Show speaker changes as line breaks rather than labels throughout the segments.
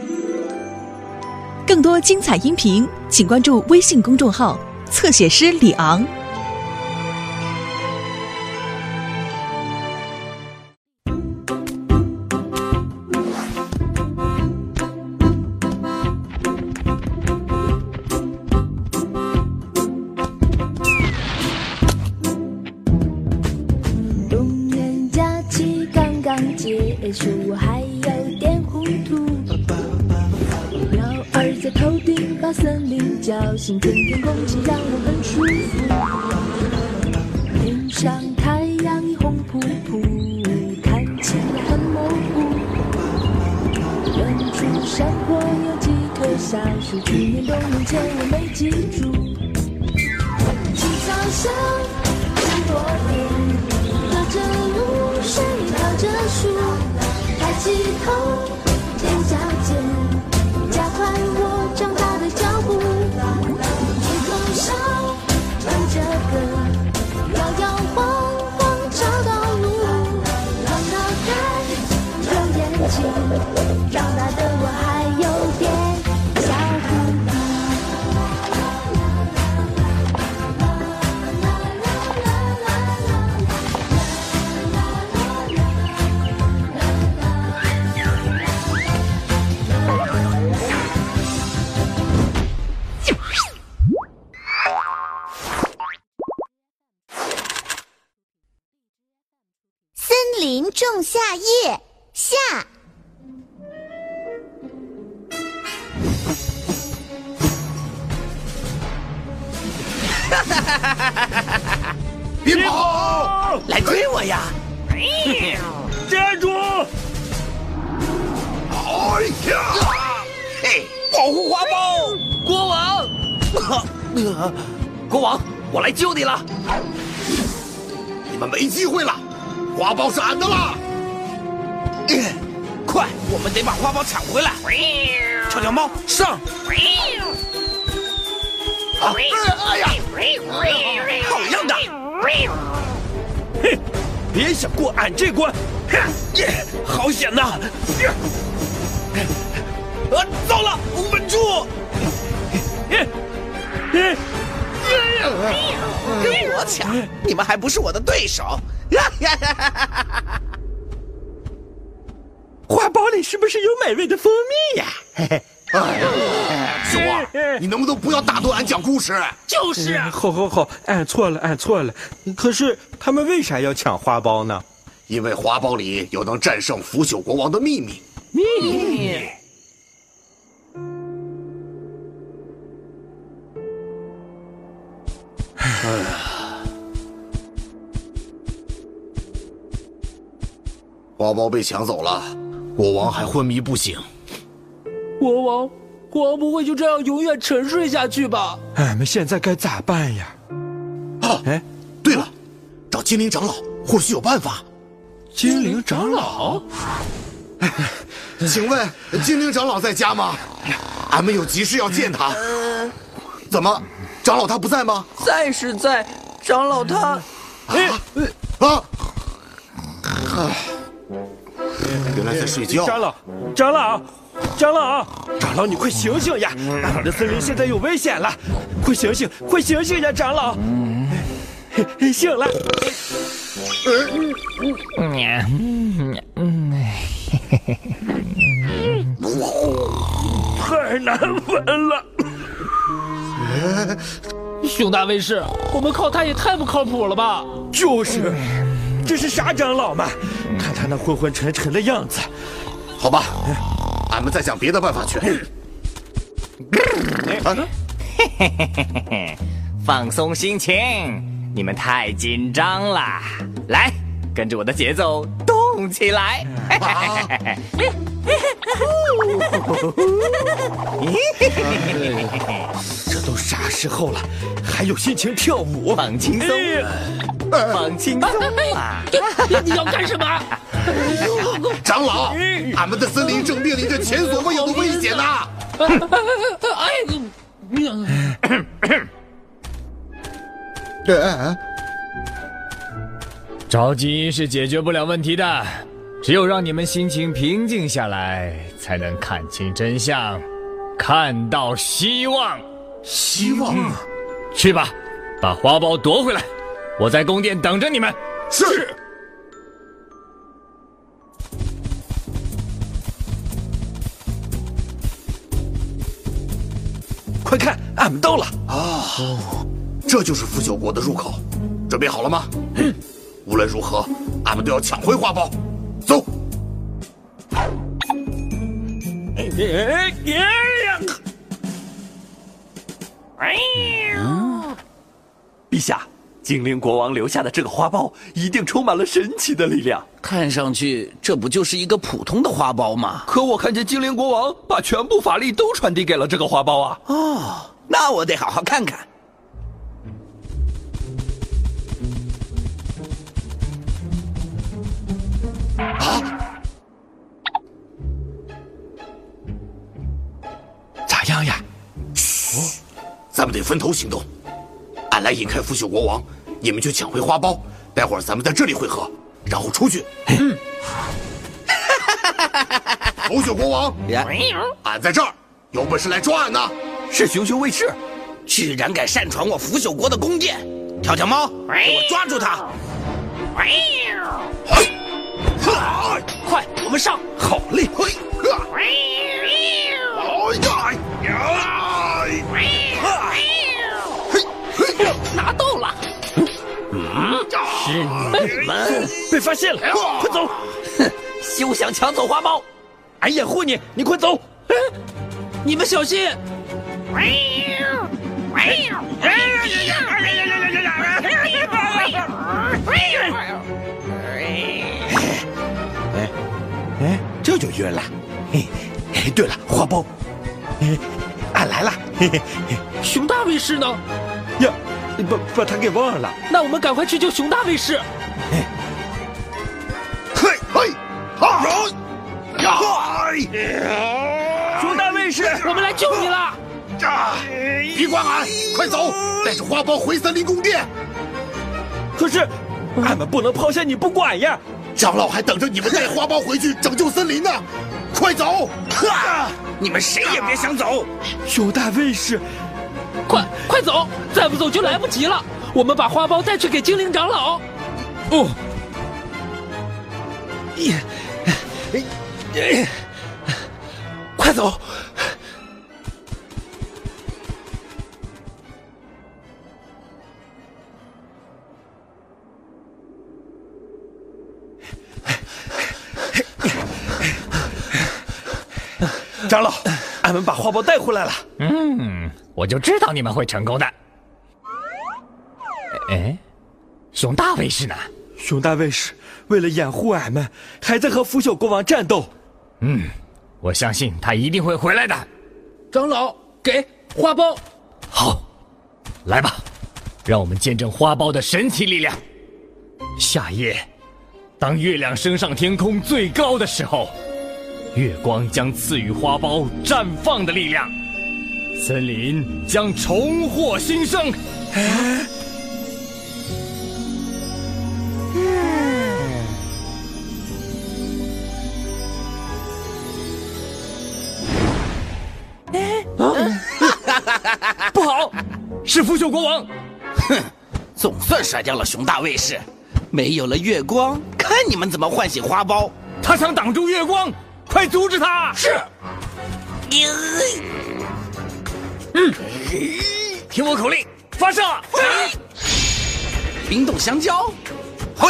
更多精彩音频，请关注微信公众号“侧写师李昂”。
冬年假期刚刚结束，还有点糊涂。鸟儿在头顶把森林叫醒，春天空气让我很舒服。天上太阳已红扑扑，看起来很模糊。远处山坡有几棵小树，去年冬眠前我没记住。青草香，山坡边，隔着露水靠着树，抬起头，踮脚尖，加快我长大的脚步。天空上唱着歌，摇摇晃晃找到路。望脑袋，揉眼睛，长大的我还有点小糊涂。
森林仲夏夜下。
别跑！
来追我呀！
站住！
哎呀！
嘿，保护花豹！国王，国王，我来救你了！
你们没机会了，花豹是俺的了！
快，我们得把花豹抢回来！跳跳猫上！啊！哎呀！好样的！
嘿，别想过俺这关！好险呐！
糟了，稳住！跟我抢，你们还不是我的对手！
花苞里是不是有美味的蜂蜜呀？
熊二，你能不能不要打断俺讲故事？
就是啊！
好，俺错了。可是他们为啥要抢花苞呢？
因为花苞里有能战胜腐朽国王的秘密。
秘密？
花苞被抢走了，国王还昏迷不醒。
国王不会就这样永远沉睡下去吧？
俺们现在该咋办呀？
对了，找精灵长老或许有办法。
精灵长老？
请问精灵长老在家吗？俺们有急事要见他。怎么，长老他不在吗？
在是在，长老他……
原来在睡觉。
长老，你快醒醒呀！俺们的森林现在有危险了，快醒醒呀，长老！醒了。太难闻了。
熊大卫士，我们靠他也太不靠谱了吧？
就是，这是啥长老嘛？看他那昏沉沉的样子。
好吧，俺们再想别的办法去。
放松心情，你们太紧张了。来，跟着我的节奏动起来。
这都啥时候了，还有心情跳舞？
放轻松，放轻松啊！
你要干什么？
长老，俺们的森林正面临着前所未有的危险呐！
着急是解决不了问题的，
只有让你们心情平静下来，才能看清真相，看到希望。
希望？
去吧，把花苞夺回来，我在宫殿等着你们。
是。
快看，俺们到了！
这就是腐朽国的入口，准备好了吗？无论如何，俺们都要抢回花苞。走！
陛下，精灵国王留下的这个花苞一定充满了神奇的力量。
看上去这不就是一个普通的花苞吗？
可我看见精灵国王把全部法力都传递给了这个花苞啊！
哦，那我得好好看看。
咋样呀？
咱们得分头行动。俺来引开腐朽国王，你们去抢回花苞。待会儿咱们在这里汇合，然后出去。腐朽国王，俺在这儿，有本事来抓俺呐！
是熊熊卫士，
居然敢擅闯我腐朽国的宫殿！跳跳猫，给我抓住他！
快，我们上！
好嘞！
拿到了！
是你们
被发现了，快走！
哼，休想抢走花苞！
俺掩护你，你快走！
你们小心！
这就晕了。对了，花苞，俺来了。
熊大卫士呢？
呀，把他给忘了。
那我们赶快去救熊大卫士。
熊大卫士，
我们来救你了！
别管俺，快走，带着花苞回森林宫殿。
可是，俺们不能抛下你不管呀！
长老还等着你们带花苞回去拯救森林呢，快走！
你们谁也别想走！
熊大卫士，
快走，再不走就来不及了。我们把花苞带去给精灵长老。
哦。快走！长老，俺们把花苞带回来了。
我就知道你们会成功的。熊大卫士呢？
熊大卫士为了掩护俺们，还在和腐朽国王战斗。
我相信他一定会回来的。
长老，给花苞。
好，来吧，让我们见证花苞的神奇力量。夏夜，当月亮升上天空最高的时候，月光将赐予花苞绽放的力量，森林将重获新生。不好，是腐朽国王！
哼，总算甩掉了熊大卫士。没有了月光，看你们怎么唤醒花苞！
他想挡住月光，快阻止他！
是。
听我口令，发射！
冰冻香蕉，嘿！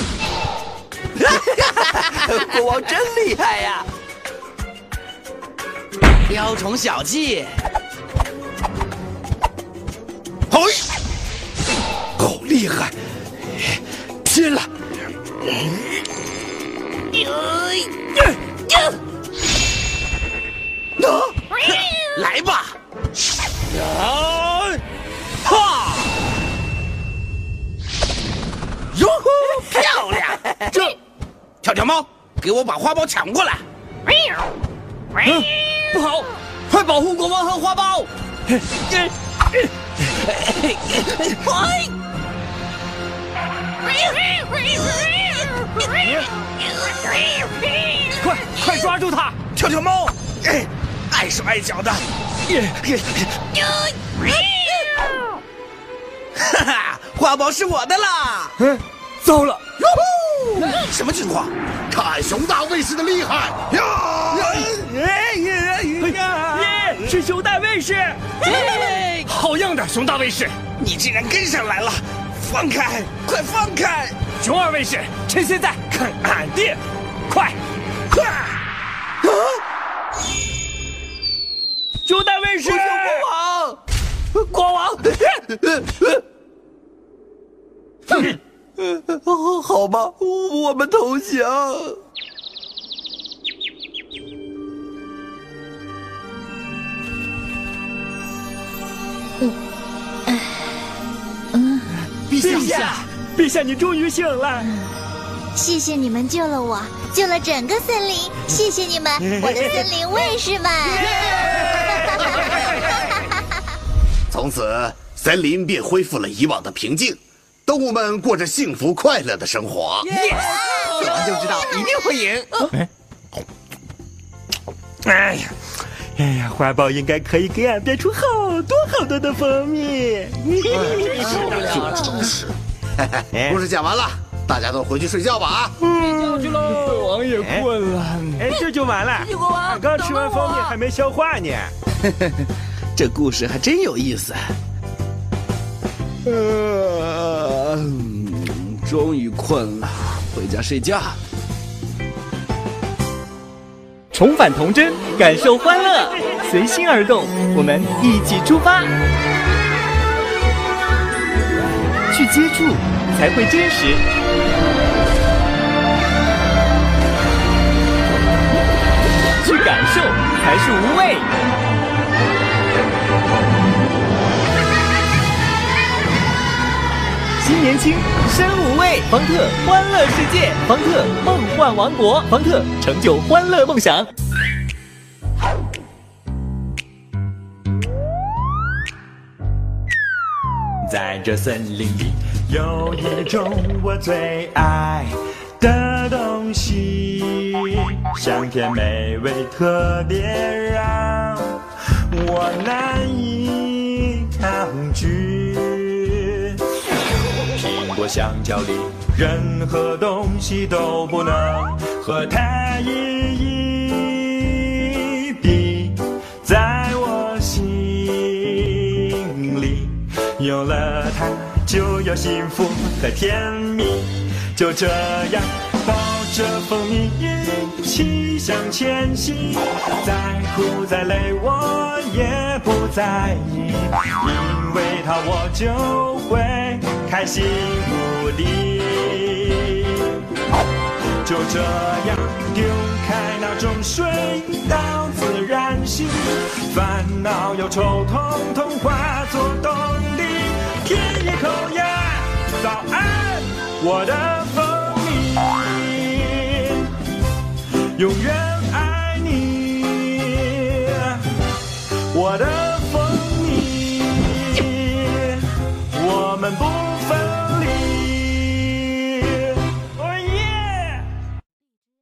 国王真厉害呀！雕虫小技，
嘿！好厉害！拼了！
来吧！
哈！哟呼，
漂亮！跳跳猫，给我把花苞抢过来！
不好，快保护国王和花苞！
快抓住他！
跳跳猫，碍手碍脚的。哈哈，花苞是我的啦！
糟了！
什么情况？
看熊大卫士的厉害！
是熊大卫士！
好样的，熊大卫士！
你竟然跟上来了！放开，快放开！
熊二卫士，趁现在看俺的！快！
熊大卫士！
国王！好吧，我们投降。
陛下，你终于醒了！
谢谢你们救了我，救了整个森林，谢谢你们，我的森林卫士们！
从此，森林便恢复了以往的平静，动物们过着幸福快乐的生活。
小王就知道一定会赢。
哎呀，花苞应该可以给俺变出好多的蜂蜜。
真是。故事讲完了，大家都回去睡觉吧啊！
睡觉去喽。
王也困了。
这就完了。
国王，
俺刚吃完蜂蜜还没消化呢。
这故事还真有意思。终于困了，回家睡觉。
重返童真，感受欢乐，随心而动，我们一起出发，去接触才会真实，去感受才是无畏。新年轻，身无畏。方特欢乐世界，方特梦幻王国，方特成就欢乐梦想。
在这森林里，有一种我最爱的东西，香甜美味，特别让我难以抗拒。苹果、香蕉里，任何东西都不能和它一比，在我心里，有了它就有幸福和甜蜜，就这样抱着蜂蜜一起向前行，再苦再累我也不在意，因为它我就会开心无敌。就这样丢开那种水到自然醒，烦恼忧愁统统化作动力，舔一口呀，早安我的蜂蜜，永远爱你，我的